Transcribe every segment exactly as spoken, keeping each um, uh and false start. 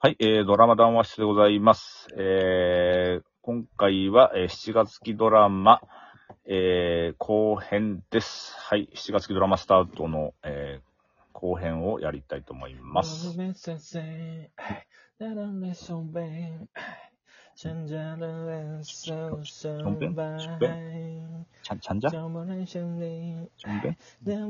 はい、えー、ドラマ談話室でございます。えー、今回は、えー、しちがつ期ドラマ、えー、後編です。はい、しちがつ期ドラマスタートの、えー、後編をやりたいと思います。本編ちゃん、ちゃんじゃちょんべん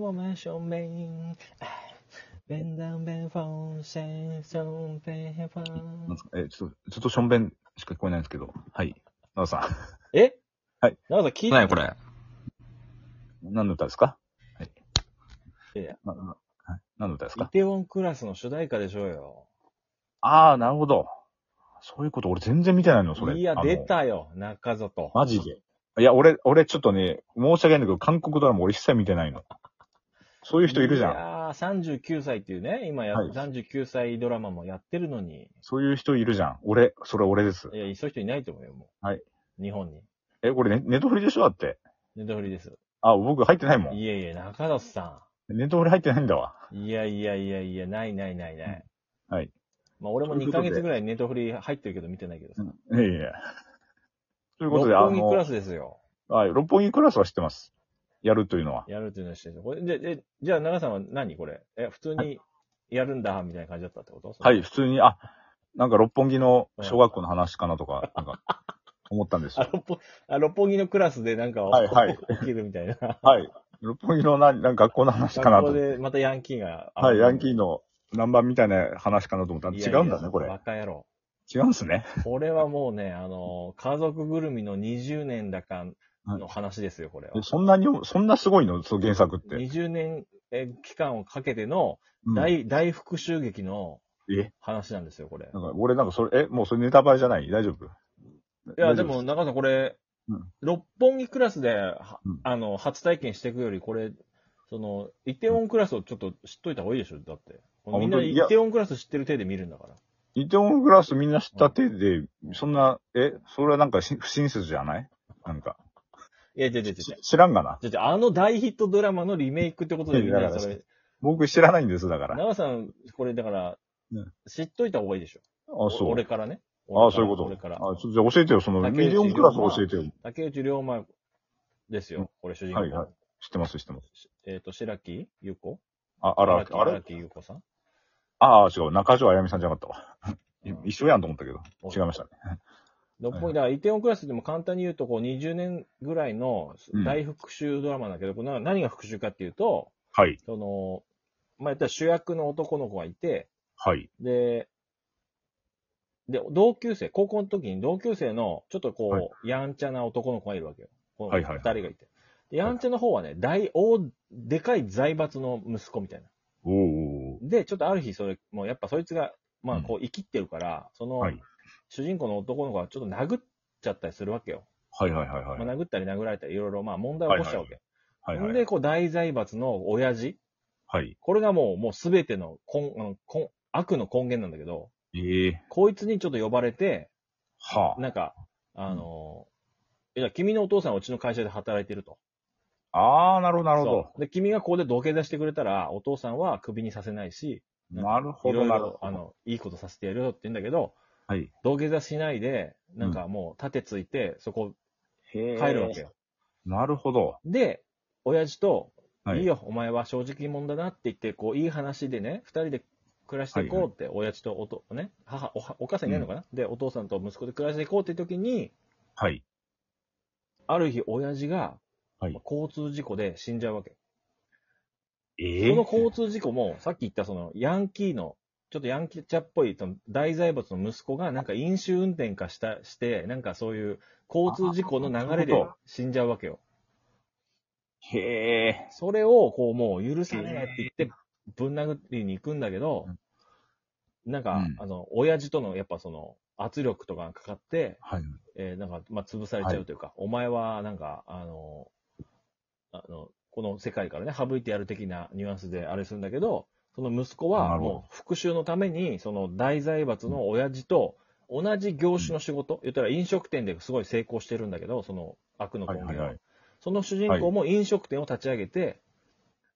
ベンダンベンフォンシェンションベンフォン。なんですかえ、ちょっと、ずっとションベンしか聞こえないんですけど。はい。長さん。 えはい。 長さん聞いて何これ何の歌ですかはい。 いや、 な、な、はい何の歌ですかイテウォンクラスの主題歌でしょうよ。 あー、なるほど。そういうこと、俺全然見てないの、それ。 いや、 あの出たよ、中里。 マジで。いや、俺、俺ちょっとね、申し訳ないんだけど、韓国ドラマ俺一切見てないの。そういう人いるじゃん。 いやー、さんじゅうきゅうさいっていうね、今や、 はいさんじゅうきゅうさいドラマもやってるのに。 そういう人いるじゃん。俺、それ俺です。 いや、そういう人いないと思うよ、もう。 はい。 日本に。 え、これね、ネットフリでしょだって。 ネタフリです。 あ、僕入ってないもん。 いやいや、中里さネットフリ入ってないんだわ。 ん。いやいやいやいや、ないないないない。 はい。 まあ、俺もにかげつぐらいネタフリ入ってるけど見てないけどさ。 うん、いやいや。ということで、 六あの、 本木クラスですよ。 はい、六本木クラスは知ってます。やるというのは。 やるっていうのは知ってる。これで、で、じゃあ長さんは何これえ、普通にやるんだ、みたいな感じだったってことはい、普通に、あ、なんか六本木の小学校の話かなとか、なんか、思ったんですあよ。 六本あ、六本木のクラスでなんか、 はいはい起きるみたいな。 はい。六本木のな、なんか学校の話かなと。 学校でまたヤンキーが。 はい、ヤンキーの南蛮みたいな話かなと思ったらいやいや違うんだね、これ。 バカ野郎。 違うんすね。 これはもうね、あの、家族ぐるみのにじゅうねんだかの話ですよ、これは。 えそんなに、そんなすごいのその原作って。 にじゅうねんえ期間をかけてのうん大、大復讐劇のえ話なんですよ、これ。 なんか俺なんかそれ、え、もうそれネタバレじゃない大丈夫いや、 大丈夫でも、中田さん、これ、 うん六本木クラスで、はうんあの、初体験していくより、これ、その、イテウォンクラスをちょっと知っといた方がいいでしょ、だって。みんなイ本当にいやテウォンクラス知ってる体で見るんだから。 イテウォンクラスみんな知った手で、そんな、え、それはなんかし不親切じゃないなんか。 いや、違う違う違う違う。 し知らんがな。 違う違うあの大ヒットドラマのリメイクってことでみんいやだからなそれ。 僕知らないんです、だから。 長さん、これだからうん、 知っといた方がいいでしょ。 あ、そう。 俺からね。 ああ、そういうこと。 俺から。 あちょっとじゃあ教えてよ、その、 竹内イテウォンクラス教えてよ。 竹内涼真ですよ、これ主人公。 はいはい。知ってます、知ってます。 えっと、白木優子あ、あら、あれ荒木優子さんああ、違う。中条あやみさんじゃなかったわ。一緒やんと思ったけど。違いましたね。 六本木だから、イテウォンクラスでも簡単に言うと、こう、にじゅうねんぐらいの大復讐ドラマだけど、これ何が復讐かっていうと、 はい。 その、まあ、言ったら主役の男の子がいて、 はい。 で、で、同級生、高校の時に同級生の、ちょっとこう、 はいやんちゃな男の子がいるわけよ。このはいはいはい二人がいて。でやんちゃの方はね、大、大、でかい財閥の息子みたいな。 おーおーで、ちょっとある日、それ、もうやっぱそいつが、まあ、こう、生きってるから、その、 はい。 主人公の男の子がちょっと殴っちゃったりするわけよ。 はいはいはいはい。 まあ、殴ったり殴られたり、いろいろ、まあ、問題を起こしちゃうわけ。 はいはい。 で、こう、大財閥の親父。 はい。 これがもう、もうすべての根、あの根悪の根源なんだけど、 ええこいつにちょっと呼ばれて、 はなんか、あの、いや、君のお父さんはうちの会社で働いてると。 あ。ああ、なるほどなるほどそ。う。で、君がここで土下座してくれたら、お父さんはクビにさせないし、 なるほどいろいろ、 なるほど。 あの、いいことさせてやるよって言うんだけど、 はい。 土下座しないで、なんかもう盾ついて、そこへえ。 帰るわけよ。 なるほど。 で、親父と、 はいいいよ、お前は正直者だなって言って、こう、いい話でね、二人で暮らしていこうって、親父とおと、ね、母、おお母さんいないのかな、で、お父さんと息子で暮らしていこうって時に、 はい。 ある日、親父が、 はい。 交通事故で死んじゃうわけ。 ええその交通事故も、さっき言ったその、ヤンキーの、ちょっとヤンキーちゃっぽい、その大財閥の息子が、なんか飲酒運転かした、して、なんかそういう交通事故の流れで死んじゃうわけよ。 へえ。 それを、こう、もう許さねえって言って、ぶん殴りに行くんだけど、なんか、 うんあの、親父との、やっぱその、圧力とかがかかって、 はい。 えーなんか、まあ、潰されちゃうというか、お前は、なんか、あの、あの、この世界からね、省いてやる的なニュアンスであれするんだけど、その息子は、 なるほどもう、復讐のために、その大財閥の親父と、同じ業種の仕事、言ったら飲食店ですごい成功してるんだけど、その悪の根源は。 はいはいはいその主人公も飲食店を立ち上げて、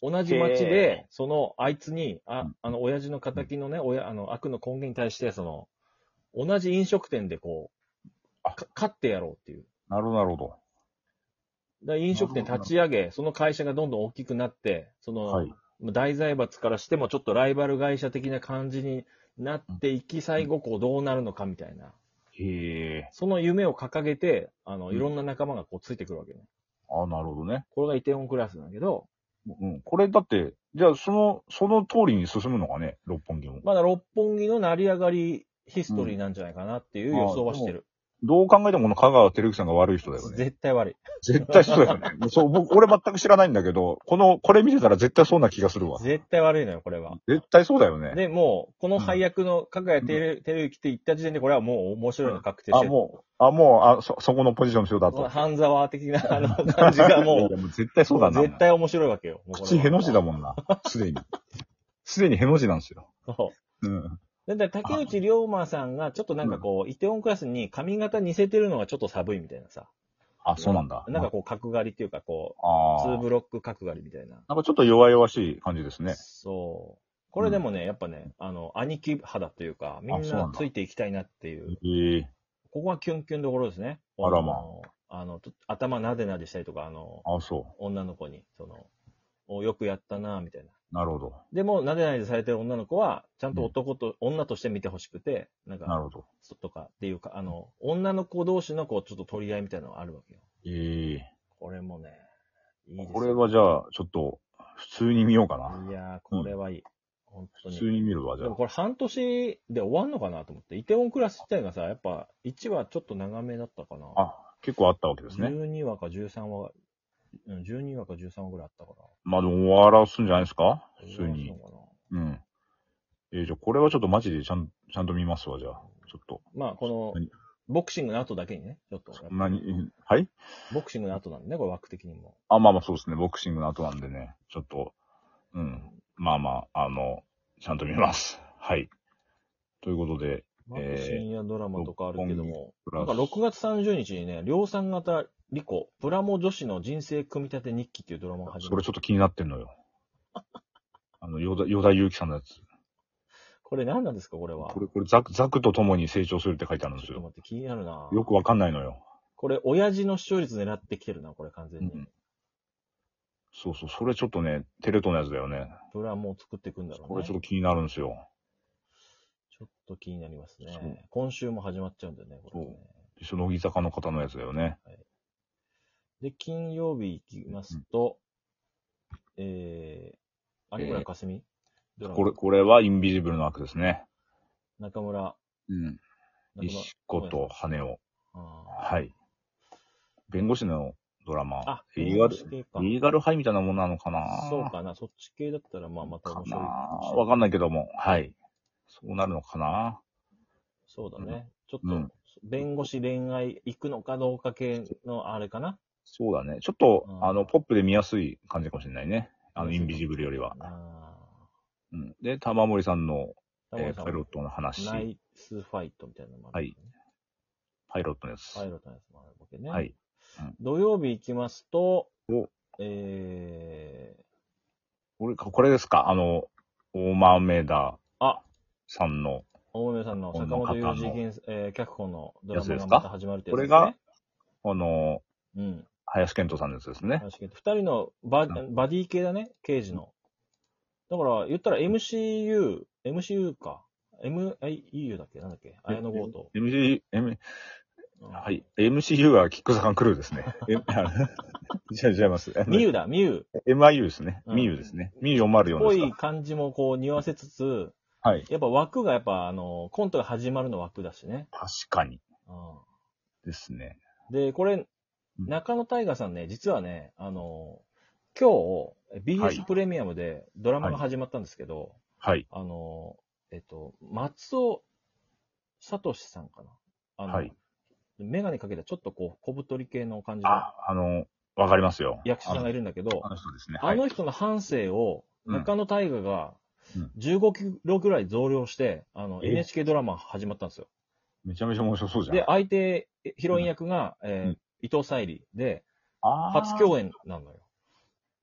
同じ町へで、その、あいつに、あうん、 あの、親父の仇のね、親、あの、悪の根源に対して、その、同じ飲食店でこう、 あか勝ってやろうっていう。 なるほど、なるほど。 だから飲食店立ち上げ、その会社がどんどん大きくなって、その、 はい。 大財閥からしてもちょっとライバル会社的な感じになっていき、最後こうどうなるのかみたいな。 へえ。 その夢を掲げて、あの、 うんいろんな仲間がこうついてくるわけね。 あ、なるほどね。 これがイテウォンクラスなんだけど、 うん。これだって、じゃあその、その通りに進むのかね、六本木も。 まだ六本木の成り上がりヒストリーなんじゃないかなっていう予想はしてる。 どう考えてもこの香川照之さんが悪い人だよね。 絶対悪い。 絶対そうだよね。そう、僕、俺全く知らないんだけど、この、これ見てたら絶対そうな気がするわ。 絶対悪いのよ、これは。 絶対そうだよね。 で、もう、この配役の香川照之って言った時点で、これはもう面白いの確定してあ、 る。 もう、あ、もう、あ、そ、そこのポジションの人だと。 半沢的なあの感じがもいやう、 もう絶対そうだな。 絶対面白いわけよ。もうこれは口への字だもんな。すでに。すでにへの字なんですよ。 そううん。 だって竹内涼真さんがちょっとなんかこう、イテウォンクラスに髪型似せてるのがちょっと寒いみたいなさ。 あ、そうなんだ。 なんかこう、角刈りっていうかこう、 ああ。 ツーブロック角刈りみたいな。 なんかちょっと弱々しい感じですね。 そう。これでもね、やっぱね、あの、兄貴肌というか、みんなあそうなんだついていきたいなっていう。 ええここがキュンキュンどころですね。 あらまあ。あの、ちょっと頭なでなでしたりとか、あの、 あ、そ女の子に、その、およくやったな、みたいな。 う。なるほど。 でも、なでなでされてる女の子は、ちゃんと男と、女として見てほしくて、なんか、 なるほど。 とかっていうか、あの、女の子同士のこう、ちょっと取り合いみたいなのがあるわけよ。 ええこれもね、いいですよ。 これはじゃあ、ちょっと、普通に見ようかな。 いやー、これはいい。本当に。 普通に見るわ、じゃあ。 でもこれ半年で終わんのかなと思って。イテウォンクラス自体がさ、やっぱいちわちょっと長めだったかな。 あ、結構あったわけですじゅね。 うにわかじゅうさんわ、うんじゅうにわかじゅうさんわぐらいあったかな。 まあでも終わらすんじゃないですか普通にそう。かな。 うん。えー、じゃあこれはちょっとマジでちゃん、ちゃんと見ますわ、じゃあ。ちょっと。 まあ、この何、 ボクシングの後だけにね、ちょっと。 そんなに、はいボクシングの後なんでね、これ枠的にも。 あ、まあまあそうですね。ボクシングの後なんでね。ちょっと、うん。まあまあ、あの、ちゃんと見ます。はい。ということで、 まあ、 えー深夜ドラマとかあるけども、 六本木プラスなんかろくがつさんじゅうにちにね、量産型リコ、プラモ女子の人生組み立て日記っていうドラマが始まる。 それちょっと気になってんのよ。あの、ヨダ、ヨダユウキさんのやつ。 これ何なんですか、これは。 これ、これ、ザク、ザクと共に成長するって書いてあるんですよ。 ちょっと待って、気になるな。 よくわかんないのよ。 これ、親父の視聴率狙ってきてるな、これ完全に。 うん。そうそう、それちょっとね、テレ東のやつだよね。 プラモを作っていくんだろうね。 これちょっと気になるんですよ。 ちょっと気になりますそうね。今週も始まっちゃうんだよね、これね。 一緒乃木坂の方のやつだよね。 で、金曜日行きますと、えー、有村架純、ドラマこれ、これはインビジブルの悪ですね。 中村、 うん。 中村石子と羽男。 あはい。弁護士のドラマ。 あ、 リーガル、 弁護士系かリーガルハイみたいなものなのかなそうかな、そっち系だったら、まあ、またか面白いなもしれわかんないけども。はい。そうなるのかなそうだね。ちょっと、 うん弁護士恋愛行くのかどうか系のあれかな。 そうだね。ちょっと、 うんあの、ポップで見やすい感じかもしれないね。あの、イ見やすいンビジブルよりは。 あうん。で、玉森さんの、 あ。 えーパイロットの話。 ナイスファイトみたいなのもある、ね。 パイロットのやつ。 パイロットのやつもあるわけね。 はい。 土曜日行きますとお、 えこれ、これですかあの、大豆田ー、あ、 さんの、 大梅さんの坂本雄二原、えー、脚本のドラマやつですかがまた始まるってやこれつですね。 が、あの、 うん。 林健人さんのやつですね。 確かに。二人のバ,、 うんバディ系だね、刑事の。だから、言ったら エムシーユー、エムシーユー か。エムアイユー だっけなんだっけ綾野剛と。 エムシー、M、 うんはい。エムシーユー はキックザカンクルーですね。え、違う違います。 ミユだ、ミユ。 エムアイユー ですね。 うんミユですね。ミユよんまるよんっぽですか。 い感じもこう、匂わせつつ、 はい。 やっぱ枠がやっぱ、あの、コントが始まるの枠だしね。 確かに。 うんですね。 で、これ、 うん中野大河さんね、実はね、あの、今日、ビーエスはいプレミアムでドラマが始まったんですけど、 はい。 あの、えっと、松尾聡さんかな。あの、 はい。 メガネかけたちょっとこう、小太り系の感じのあ、あの、わかりますよ。 役者さんがいるんだけどあ、の人ですね。 あの人の半生をうん中野大河がうんじゅうごキロぐらい増量して、あの、 えエヌエイチケー ドラマ始まったんですよ。 めちゃめちゃ面白そうじゃん。 で、相手、ヒロイン役が、えーうん伊藤沙莉で、 あー初共演なのよ。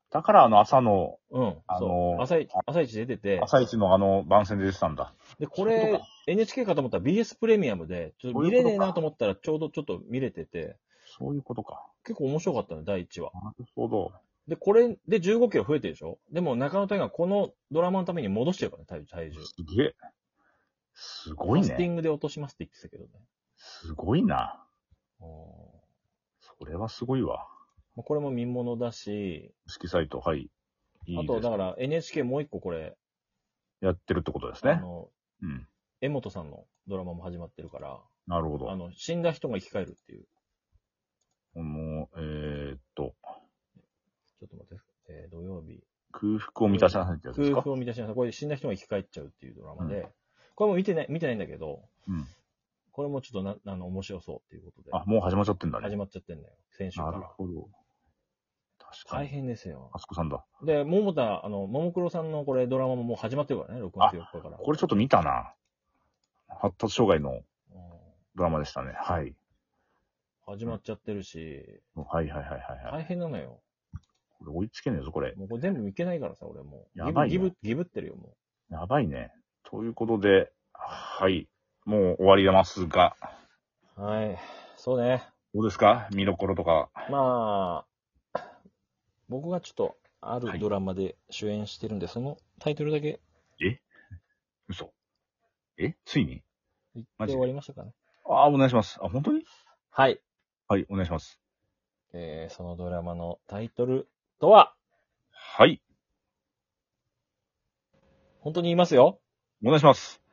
だからあの朝の、 うん。 あのそう。朝一、朝一出てて、 朝一のあの番宣で出てたんだ。 で、これ、エヌエイチケー かと思ったら ビーエス プレミアムで、ちょっと見れねえなと思ったらちょうどちょっと見れてて、 そういうことか。 結構面白かったね、だいいちわ。 なるほど。 で、これでじゅうごキロ増えてるでしょ？でも中野大河このドラマのために戻してるからね、体体重。 すげえ。すごいね。 ファスティングで落としますって言ってたけどね。 すごいな。 あーそれはすごいわ。 まあこれも見物だし、 式サイト、はい。いいあです。 とだから エヌエイチケー もう一個これ、 やってるってことですね。 あの、 うん。 江本さんのドラマも始まってるから、 なるほど。 あの、死んだ人が生き返るっていう。 この、えーっと、 ちょっと待って、えー土曜日。 空腹を満たしなさいってやつです空か？ 腹を満たしなさい。これ死んだ人が生き返っちゃうっていうドラマで、これも見てない、見てないんだけど、 うん。 これもちょっとな、あの、面白そうっていうことで。 あ、もう始まっちゃってんだね。 始まっちゃってんだよ。先週かなるら。 ほど。確か大に。 変ですよ。 あそこさんだ。 で、桃田、あの、ももクロさんのこれドラマももう始まってるからね、ろくがつよっかから。 これちょっと見たな。発達障害のうんドラマでしたね。はい。 始まっちゃってるし、 はいはいはいはい、は大い。 変なのよ。 これ追いつけねえぞ、これ。 もうこれ全部いけないからさ、俺もう。 やばいねギブ、ギブ、ギブってるよ、もやばいね。ということで、はい。もう終わりますが、 う。はい。そうね。 どうですか？見どころとか。 まあ、僕がちょっと、あはいるドラマで主演してるんで、そのタイトルだけえ嘘えついに言って終わりましたかね。 ああ、お願いします。あ、本当に？ はい。 はい、お願いします。 えー、そのドラマのタイトルとは、 はい。 本当に言いますよ。 お願いします。